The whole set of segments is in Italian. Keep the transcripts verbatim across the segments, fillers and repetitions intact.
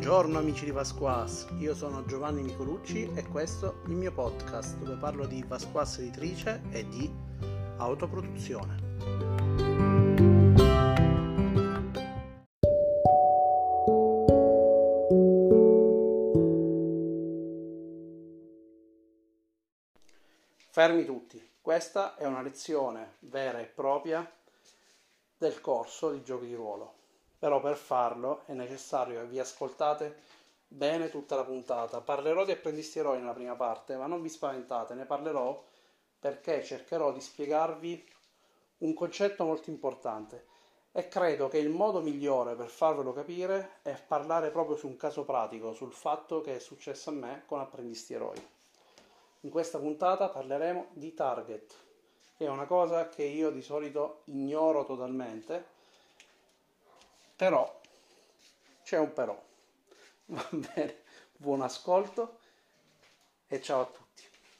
Buongiorno amici di Vasquas, io sono Giovanni Nicolucci e questo è il mio podcast dove parlo di Vasquas editrice e di autoproduzione. Fermi tutti, questa è una lezione vera e propria del corso di giochi di ruolo. Però per farlo è necessario che vi ascoltate bene tutta la puntata. Parlerò di apprendisti eroi nella prima parte, ma non vi spaventate, ne parlerò perché cercherò di spiegarvi un concetto molto importante e credo che il modo migliore per farvelo capire è parlare proprio su un caso pratico, sul fatto che è successo a me con apprendisti eroi. In questa puntata parleremo di target, che è una cosa che io di solito ignoro totalmente. Però, c'è un però. Va bene, buon ascolto e ciao a tutti.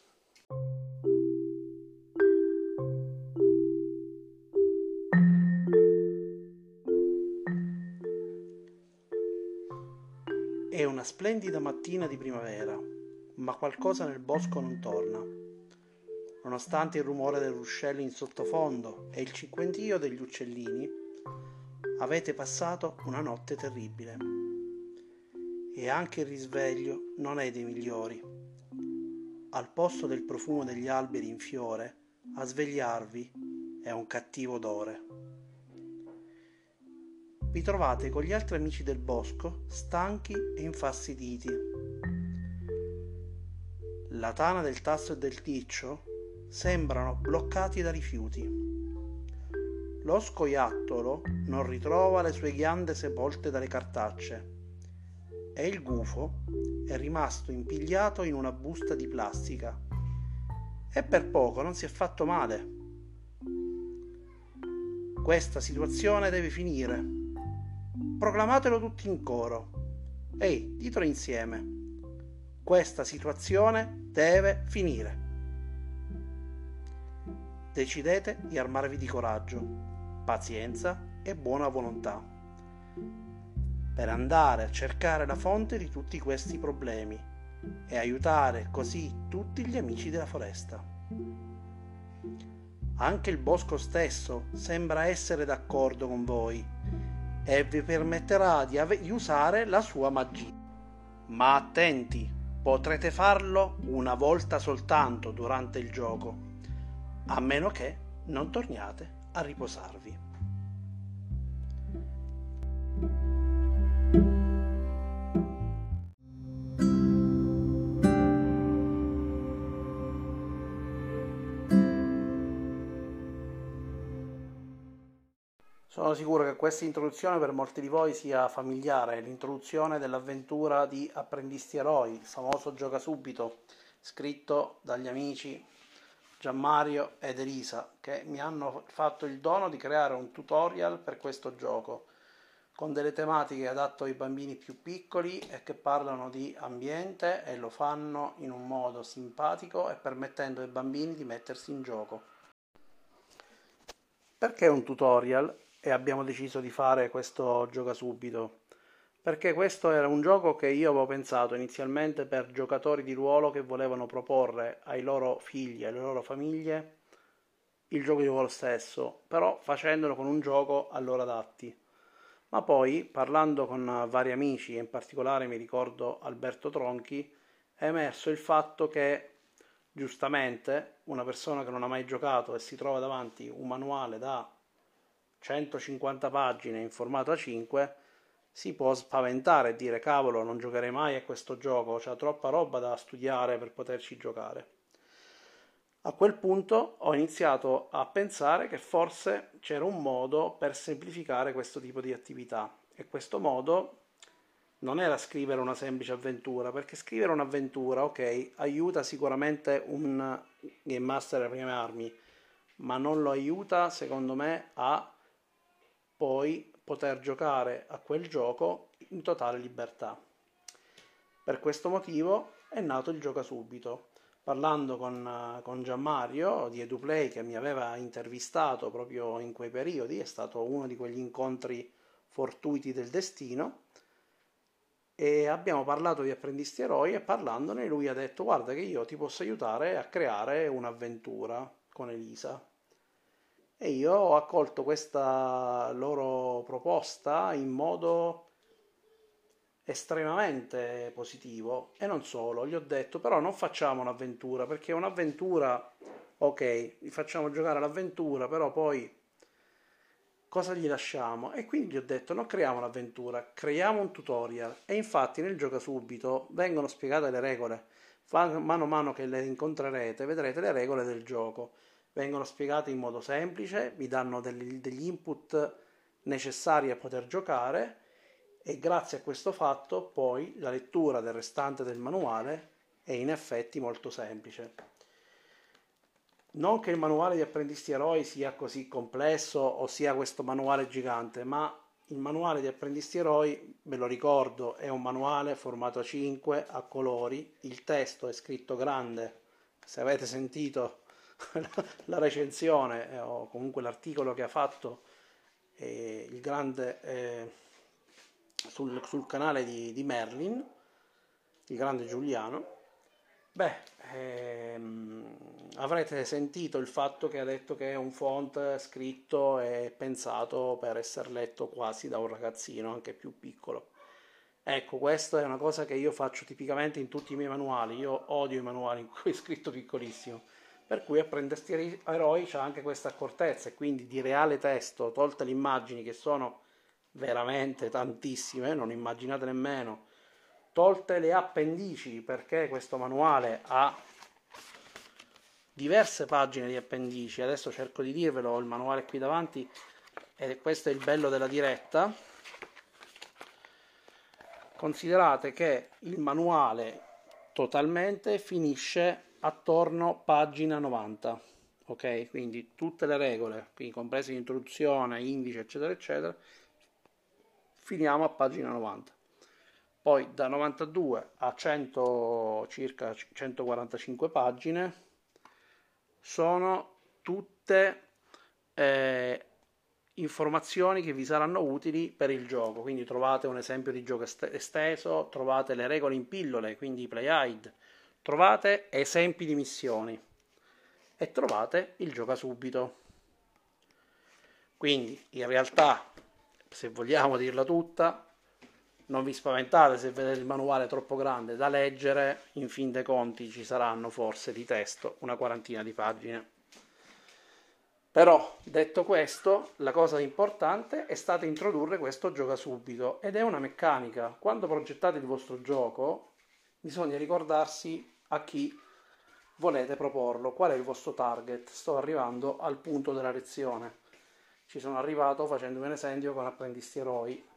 È una splendida mattina di primavera, ma qualcosa nel bosco non torna. Nonostante il rumore dei ruscelli in sottofondo e il cinquentio degli uccellini, avete passato una notte terribile e anche il risveglio non è dei migliori. Al posto del profumo degli alberi in fiore, a svegliarvi è un cattivo odore. Vi trovate con gli altri amici del bosco, stanchi e infastiditi. La tana del tasso e del ticcio sembrano bloccati da rifiuti. Lo scoiattolo non ritrova le sue ghiande sepolte dalle cartacce e il gufo è rimasto impigliato in una busta di plastica e per poco non si è fatto male. Questa situazione deve finire. Proclamatelo tutti in coro. Ehi, ditelo insieme. Questa situazione deve finire. Decidete di armarvi di coraggio, pazienza e buona volontà per andare a cercare la fonte di tutti questi problemi e aiutare così tutti gli amici della foresta. Anche il bosco stesso sembra essere d'accordo con voi e vi permetterà di, ave- di usare la sua magia. Ma attenti, potrete farlo una volta soltanto durante il gioco, a meno che non torniate a riposarvi. Sono sicuro che questa introduzione per molti di voi sia familiare, l'introduzione dell'avventura di Apprendisti Eroi, il famoso Gioca Subito, scritto dagli amici Gianmario ed Elisa, che mi hanno fatto il dono di creare un tutorial per questo gioco, con delle tematiche adatte ai bambini più piccoli e che parlano di ambiente e lo fanno in un modo simpatico e permettendo ai bambini di mettersi in gioco. Perché un tutorial? E abbiamo deciso di fare questo Gioca Subito perché questo era un gioco che io avevo pensato inizialmente per giocatori di ruolo che volevano proporre ai loro figli, alle loro famiglie il gioco di ruolo stesso, però facendolo con un gioco a loro adatti. Ma poi, parlando con vari amici, e in particolare mi ricordo Alberto Tronchi, è emerso il fatto che giustamente una persona che non ha mai giocato e si trova davanti un manuale da centocinquanta pagine in formato A cinque si può spaventare e dire cavolo, non giocherei mai a questo gioco, c'è troppa roba da studiare per poterci giocare. A quel punto ho iniziato a pensare che forse c'era un modo per semplificare questo tipo di attività e questo modo non era scrivere una semplice avventura, perché scrivere un'avventura, ok, aiuta sicuramente un game master alle prime armi, ma non lo aiuta secondo me a poi poter giocare a quel gioco in totale libertà. Per questo motivo è nato il Gioca Subito. Parlando con, con Gianmario di EduPlay, che mi aveva intervistato proprio in quei periodi, è stato uno di quegli incontri fortuiti del destino, e abbiamo parlato di apprendisti eroi e parlandone lui ha detto guarda che io ti posso aiutare a creare un'avventura con Elisa. E io ho accolto questa loro proposta in modo estremamente positivo e non solo, gli ho detto però non facciamo un'avventura perché un'avventura, ok, gli facciamo giocare l'avventura, però poi cosa gli lasciamo? E quindi gli ho detto non creiamo un'avventura, creiamo un tutorial e infatti nel gioca subito vengono spiegate le regole. Mano a mano che le incontrerete vedrete le regole del gioco, vengono spiegate in modo semplice, vi danno degli, degli input necessari a poter giocare e grazie a questo fatto poi la lettura del restante del manuale è in effetti molto semplice. Non che il manuale di apprendisti eroi sia così complesso o sia questo manuale gigante, ma il manuale di apprendisti eroi, ve lo ricordo, è un manuale formato A cinque a colori, il testo è scritto grande, se avete sentito la recensione eh, o comunque l'articolo che ha fatto eh, il grande eh, sul, sul canale di, di Merlin, il grande Giuliano, beh, ehm, avrete sentito il fatto che ha detto che è un font scritto e pensato per essere letto quasi da un ragazzino, anche più piccolo. Ecco, questa è una cosa che io faccio tipicamente in tutti i miei manuali. Io odio i manuali in cui è scritto piccolissimo. Per cui Apprendisti Eroi c'ha anche questa accortezza e quindi di reale testo, tolte le immagini che sono veramente tantissime, non immaginate nemmeno, tolte le appendici perché questo manuale ha diverse pagine di appendici, adesso cerco di dirvelo, ho il manuale qui davanti e questo è il bello della diretta. Considerate che il manuale totalmente finisce attorno pagina novanta, ok? Quindi tutte le regole, quindi comprese l'introduzione, indice, eccetera, eccetera, finiamo a pagina novanta. Poi da novantadue a cento, circa centoquarantacinque pagine sono tutte eh, informazioni che vi saranno utili per il gioco, quindi trovate un esempio di gioco esteso, trovate le regole in pillole, quindi i play guide, trovate esempi di missioni e trovate il gioca subito. Quindi in realtà, se vogliamo dirla tutta, non vi spaventate se vedete il manuale troppo grande da leggere, in fin dei conti ci saranno forse di testo una quarantina di pagine. Però, detto questo, la cosa importante è stata introdurre questo gioca subito ed è una meccanica. Quando progettate il vostro gioco, bisogna ricordarsi a chi volete proporlo, qual è il vostro target. Sto arrivando al punto della lezione. Ci sono arrivato facendomi un esempio con apprendisti eroi.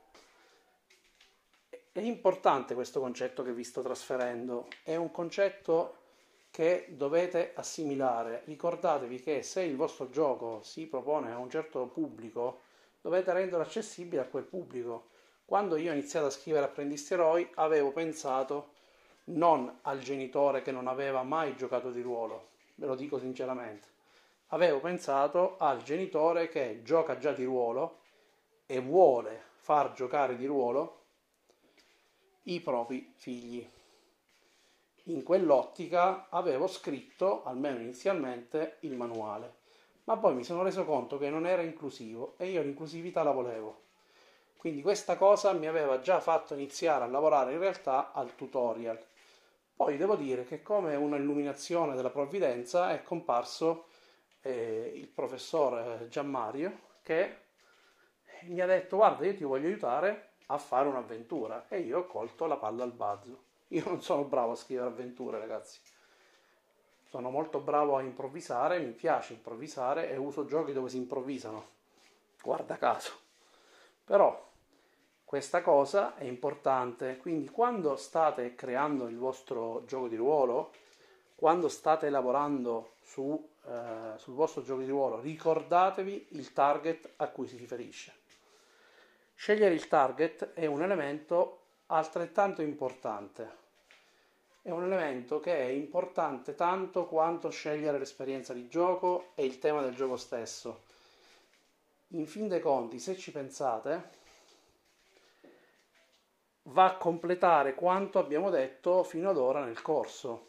È importante questo concetto che vi sto trasferendo, è un concetto che dovete assimilare. Ricordatevi che se il vostro gioco si propone a un certo pubblico, dovete renderlo accessibile a quel pubblico. Quando io ho iniziato a scrivere apprendisti eroi, avevo pensato non al genitore che non aveva mai giocato di ruolo, ve lo dico sinceramente. Avevo pensato al genitore che gioca già di ruolo e vuole far giocare di ruolo i propri figli. In quell'ottica avevo scritto, almeno inizialmente, il manuale, ma poi mi sono reso conto che non era inclusivo e io l'inclusività la volevo. Quindi questa cosa mi aveva già fatto iniziare a lavorare in realtà al tutorial. Poi devo dire che come un'illuminazione della provvidenza è comparso eh, il professor Gianmario che mi ha detto guarda io ti voglio aiutare a fare un'avventura e io ho colto la palla al balzo. Io non sono bravo a scrivere avventure, ragazzi. Sono molto bravo a improvvisare, mi piace improvvisare e uso giochi dove si improvvisano. Guarda caso. Però questa cosa è importante, quindi quando state creando il vostro gioco di ruolo, quando state lavorando su, eh, sul vostro gioco di ruolo, ricordatevi il target a cui si riferisce. Scegliere il target è un elemento altrettanto importante. È un elemento che è importante tanto quanto scegliere l'esperienza di gioco e il tema del gioco stesso. In fin dei conti, se ci pensate, va a completare quanto abbiamo detto fino ad ora nel corso.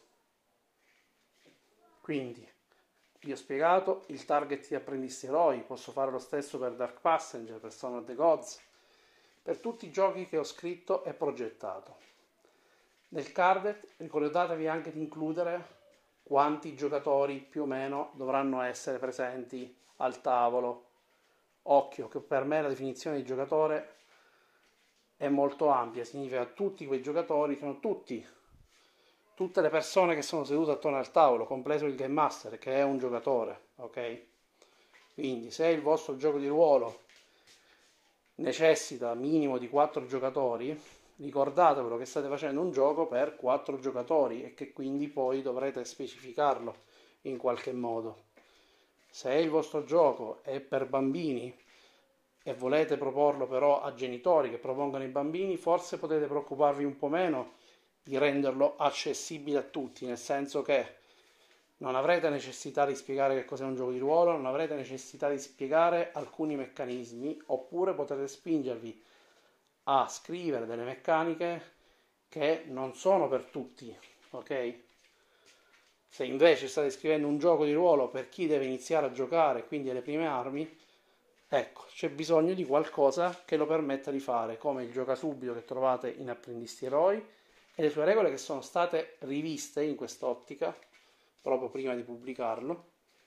Quindi vi ho spiegato il target di apprendisti eroi, posso fare lo stesso per Dark Passenger, per Son of the Gods, per tutti i giochi che ho scritto e progettato. Nel card ricordatevi anche di includere quanti giocatori più o meno dovranno essere presenti al tavolo. Occhio che per me la definizione di giocatore è molto ampia, significa tutti quei giocatori, sono tutti, tutte le persone che sono sedute attorno al tavolo, compreso il Game Master, che è un giocatore, ok? Quindi se il vostro gioco di ruolo necessita minimo di quattro giocatori, ricordatevelo che state facendo un gioco per quattro giocatori e che quindi poi dovrete specificarlo in qualche modo. Se il vostro gioco è per bambini e volete proporlo però a genitori che propongano i bambini, forse potete preoccuparvi un po' meno di renderlo accessibile a tutti, nel senso che non avrete necessità di spiegare che cos'è un gioco di ruolo, non avrete necessità di spiegare alcuni meccanismi, oppure potete spingervi a scrivere delle meccaniche che non sono per tutti, ok? Se invece state scrivendo un gioco di ruolo per chi deve iniziare a giocare, quindi alle prime armi, ecco, c'è bisogno di qualcosa che lo permetta di fare, come il gioca subito che trovate in Apprendisti Eroi e le sue regole che sono state riviste in quest'ottica proprio prima di pubblicarlo.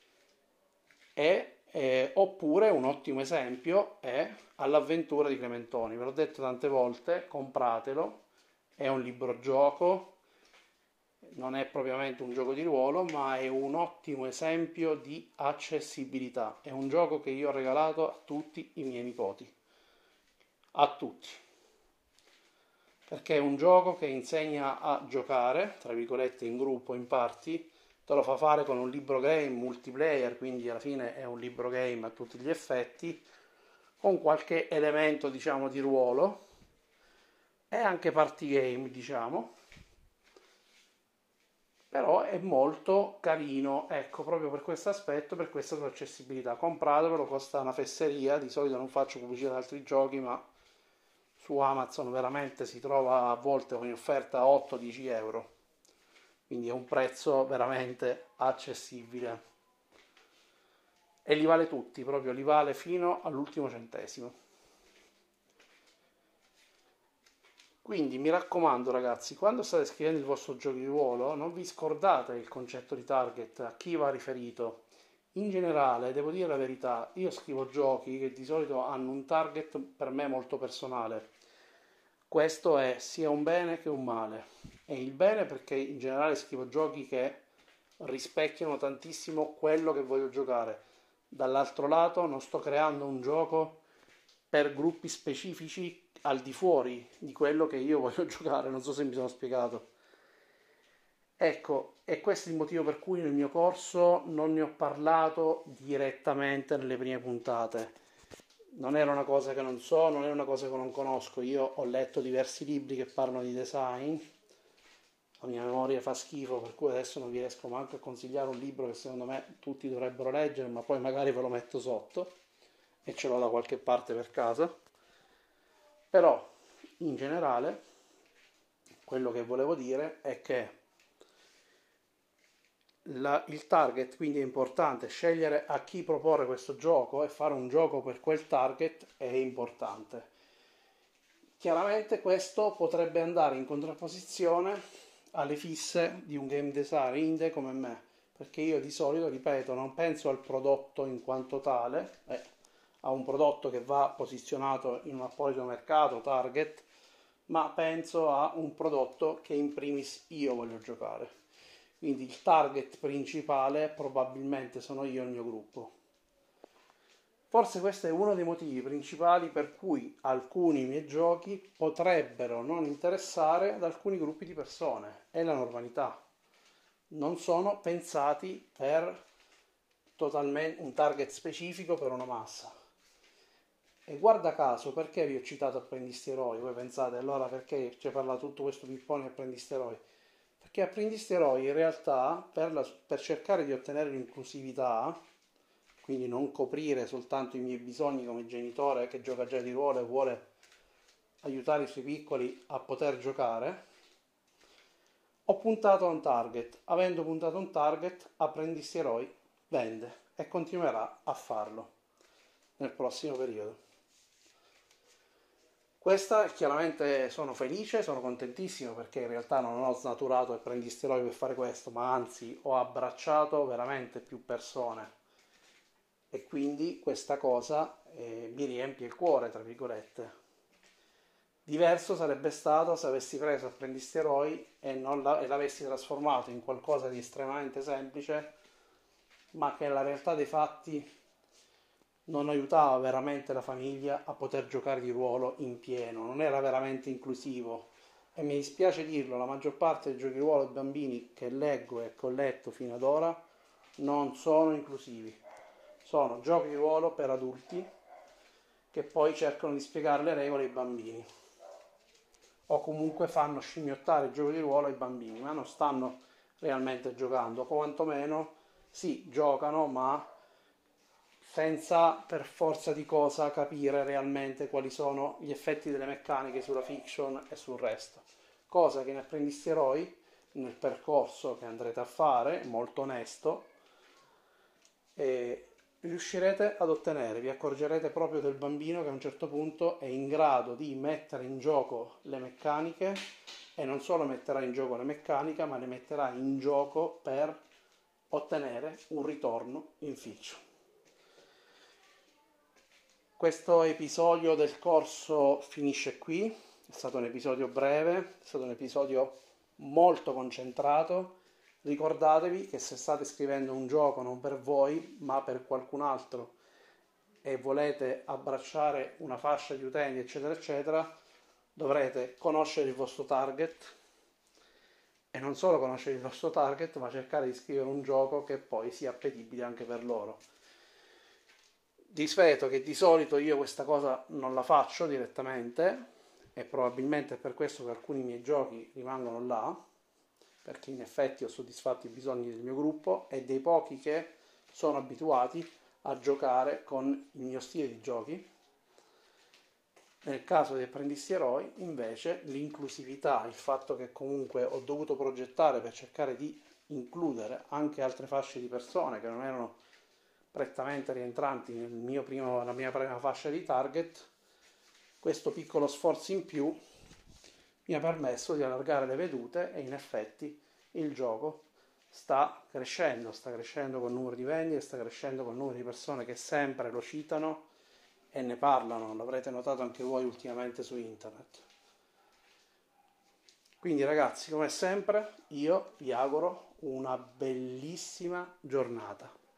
E, eh, oppure un ottimo esempio è All'avventura di Clementoni, ve l'ho detto tante volte, compratelo, è un libro gioco, non è propriamente un gioco di ruolo, ma è un ottimo esempio di accessibilità, è un gioco che io ho regalato a tutti i miei nipoti, a tutti, perché è un gioco che insegna a giocare, tra virgolette, in gruppo, in party, te lo fa fare con un libro game multiplayer, quindi alla fine è un libro game a tutti gli effetti, con qualche elemento, diciamo, di ruolo, e anche party game, diciamo, però è molto carino, ecco, proprio per questo aspetto, per questa sua accessibilità. Compratevelo, costa una fesseria, di solito non faccio pubblicità ad altri giochi, ma su Amazon veramente si trova a volte con offerta a otto dieci euro, quindi è un prezzo veramente accessibile e li vale tutti, proprio li vale fino all'ultimo centesimo. Quindi mi raccomando ragazzi, quando state scrivendo il vostro gioco di ruolo non vi scordate il concetto di target, a chi va riferito. In generale, devo dire la verità, io scrivo giochi che di solito hanno un target per me molto personale. Questo è sia un bene che un male. E il bene perché in generale scrivo giochi che rispecchiano tantissimo quello che voglio giocare. Dall'altro lato non sto creando un gioco per gruppi specifici al di fuori di quello che io voglio giocare, non so se mi sono spiegato. Ecco, e questo è il motivo per cui nel mio corso non ne ho parlato direttamente nelle prime puntate. Non era una cosa che non so, non è una cosa che non conosco. Io ho letto diversi libri che parlano di design, la mia memoria fa schifo, per cui adesso non vi riesco manco a consigliare un libro che secondo me tutti dovrebbero leggere, ma poi magari ve lo metto sotto e ce l'ho da qualche parte per casa. Però in generale quello che volevo dire è che la, il target, quindi è importante scegliere a chi proporre questo gioco e fare un gioco per quel target è importante. Chiaramente questo potrebbe andare in contrapposizione alle fisse di un game designer indie come me, perché io di solito, ripeto, non penso al prodotto in quanto tale, eh, a un prodotto che va posizionato in un apposito mercato, target, ma penso a un prodotto che in primis io voglio giocare. Quindi il target principale probabilmente sono io e il mio gruppo. Forse questo è uno dei motivi principali per cui alcuni miei giochi potrebbero non interessare ad alcuni gruppi di persone. È la normalità. Non sono pensati per totalmente un target specifico per una massa. E guarda caso, perché vi ho citato Apprendisti Eroi? Voi pensate, allora perché ci parla tutto questo pippone di Apprendisti Eroi? Perché Apprendisti Eroi in realtà, per, la, per cercare di ottenere l'inclusività, quindi non coprire soltanto i miei bisogni come genitore che gioca già di ruolo e vuole aiutare i suoi piccoli a poter giocare, ho puntato a un target. Avendo puntato a un target, Apprendisti Eroi vende e continuerà a farlo nel prossimo periodo. Questa chiaramente sono felice, sono contentissimo perché in realtà non ho snaturato Apprendisti Eroi per fare questo, ma anzi ho abbracciato veramente più persone e quindi questa cosa eh, mi riempie il cuore, tra virgolette. Diverso sarebbe stato se avessi preso Apprendisti Eroi e, non la, e l'avessi trasformato in qualcosa di estremamente semplice, ma che nella realtà dei fatti non aiutava veramente la famiglia a poter giocare di ruolo in pieno, non era veramente inclusivo. E mi dispiace dirlo, la maggior parte dei giochi di ruolo dei bambini che leggo e che ho letto fino ad ora non sono inclusivi. Sono giochi di ruolo per adulti che poi cercano di spiegare le regole ai bambini, o comunque fanno scimmiottare il gioco di ruolo ai bambini, ma non stanno realmente giocando, o quantomeno sì, giocano, ma senza per forza di cosa capire realmente quali sono gli effetti delle meccaniche sulla fiction e sul resto. Cosa che in Apprendisti Eroi, nel percorso che andrete a fare, molto onesto, e riuscirete ad ottenere, vi accorgerete proprio del bambino che a un certo punto è in grado di mettere in gioco le meccaniche, e non solo metterà in gioco le meccaniche, ma le metterà in gioco per ottenere un ritorno in fiction. Questo episodio del corso finisce qui, è stato un episodio breve, è stato un episodio molto concentrato. Ricordatevi che se state scrivendo un gioco non per voi, ma per qualcun altro, e volete abbracciare una fascia di utenti, eccetera, eccetera, dovrete conoscere il vostro target, e non solo conoscere il vostro target, ma cercare di scrivere un gioco che poi sia appetibile anche per loro. Disfeto che di solito io questa cosa non la faccio direttamente, e probabilmente è per questo che alcuni miei giochi rimangono là, perché in effetti ho soddisfatto i bisogni del mio gruppo e dei pochi che sono abituati a giocare con il mio stile di giochi. Nel caso di Apprendisti Eroi, invece, l'inclusività, il fatto che comunque ho dovuto progettare per cercare di includere anche altre fasce di persone che non erano prettamente rientranti nel mio primo, nella mia prima fascia di target, questo piccolo sforzo in più mi ha permesso di allargare le vedute, e in effetti il gioco sta crescendo, sta crescendo col numero di vendite, sta crescendo col numero di persone che sempre lo citano e ne parlano, l'avrete notato anche voi ultimamente su internet. Quindi ragazzi, come sempre, io vi auguro una bellissima giornata.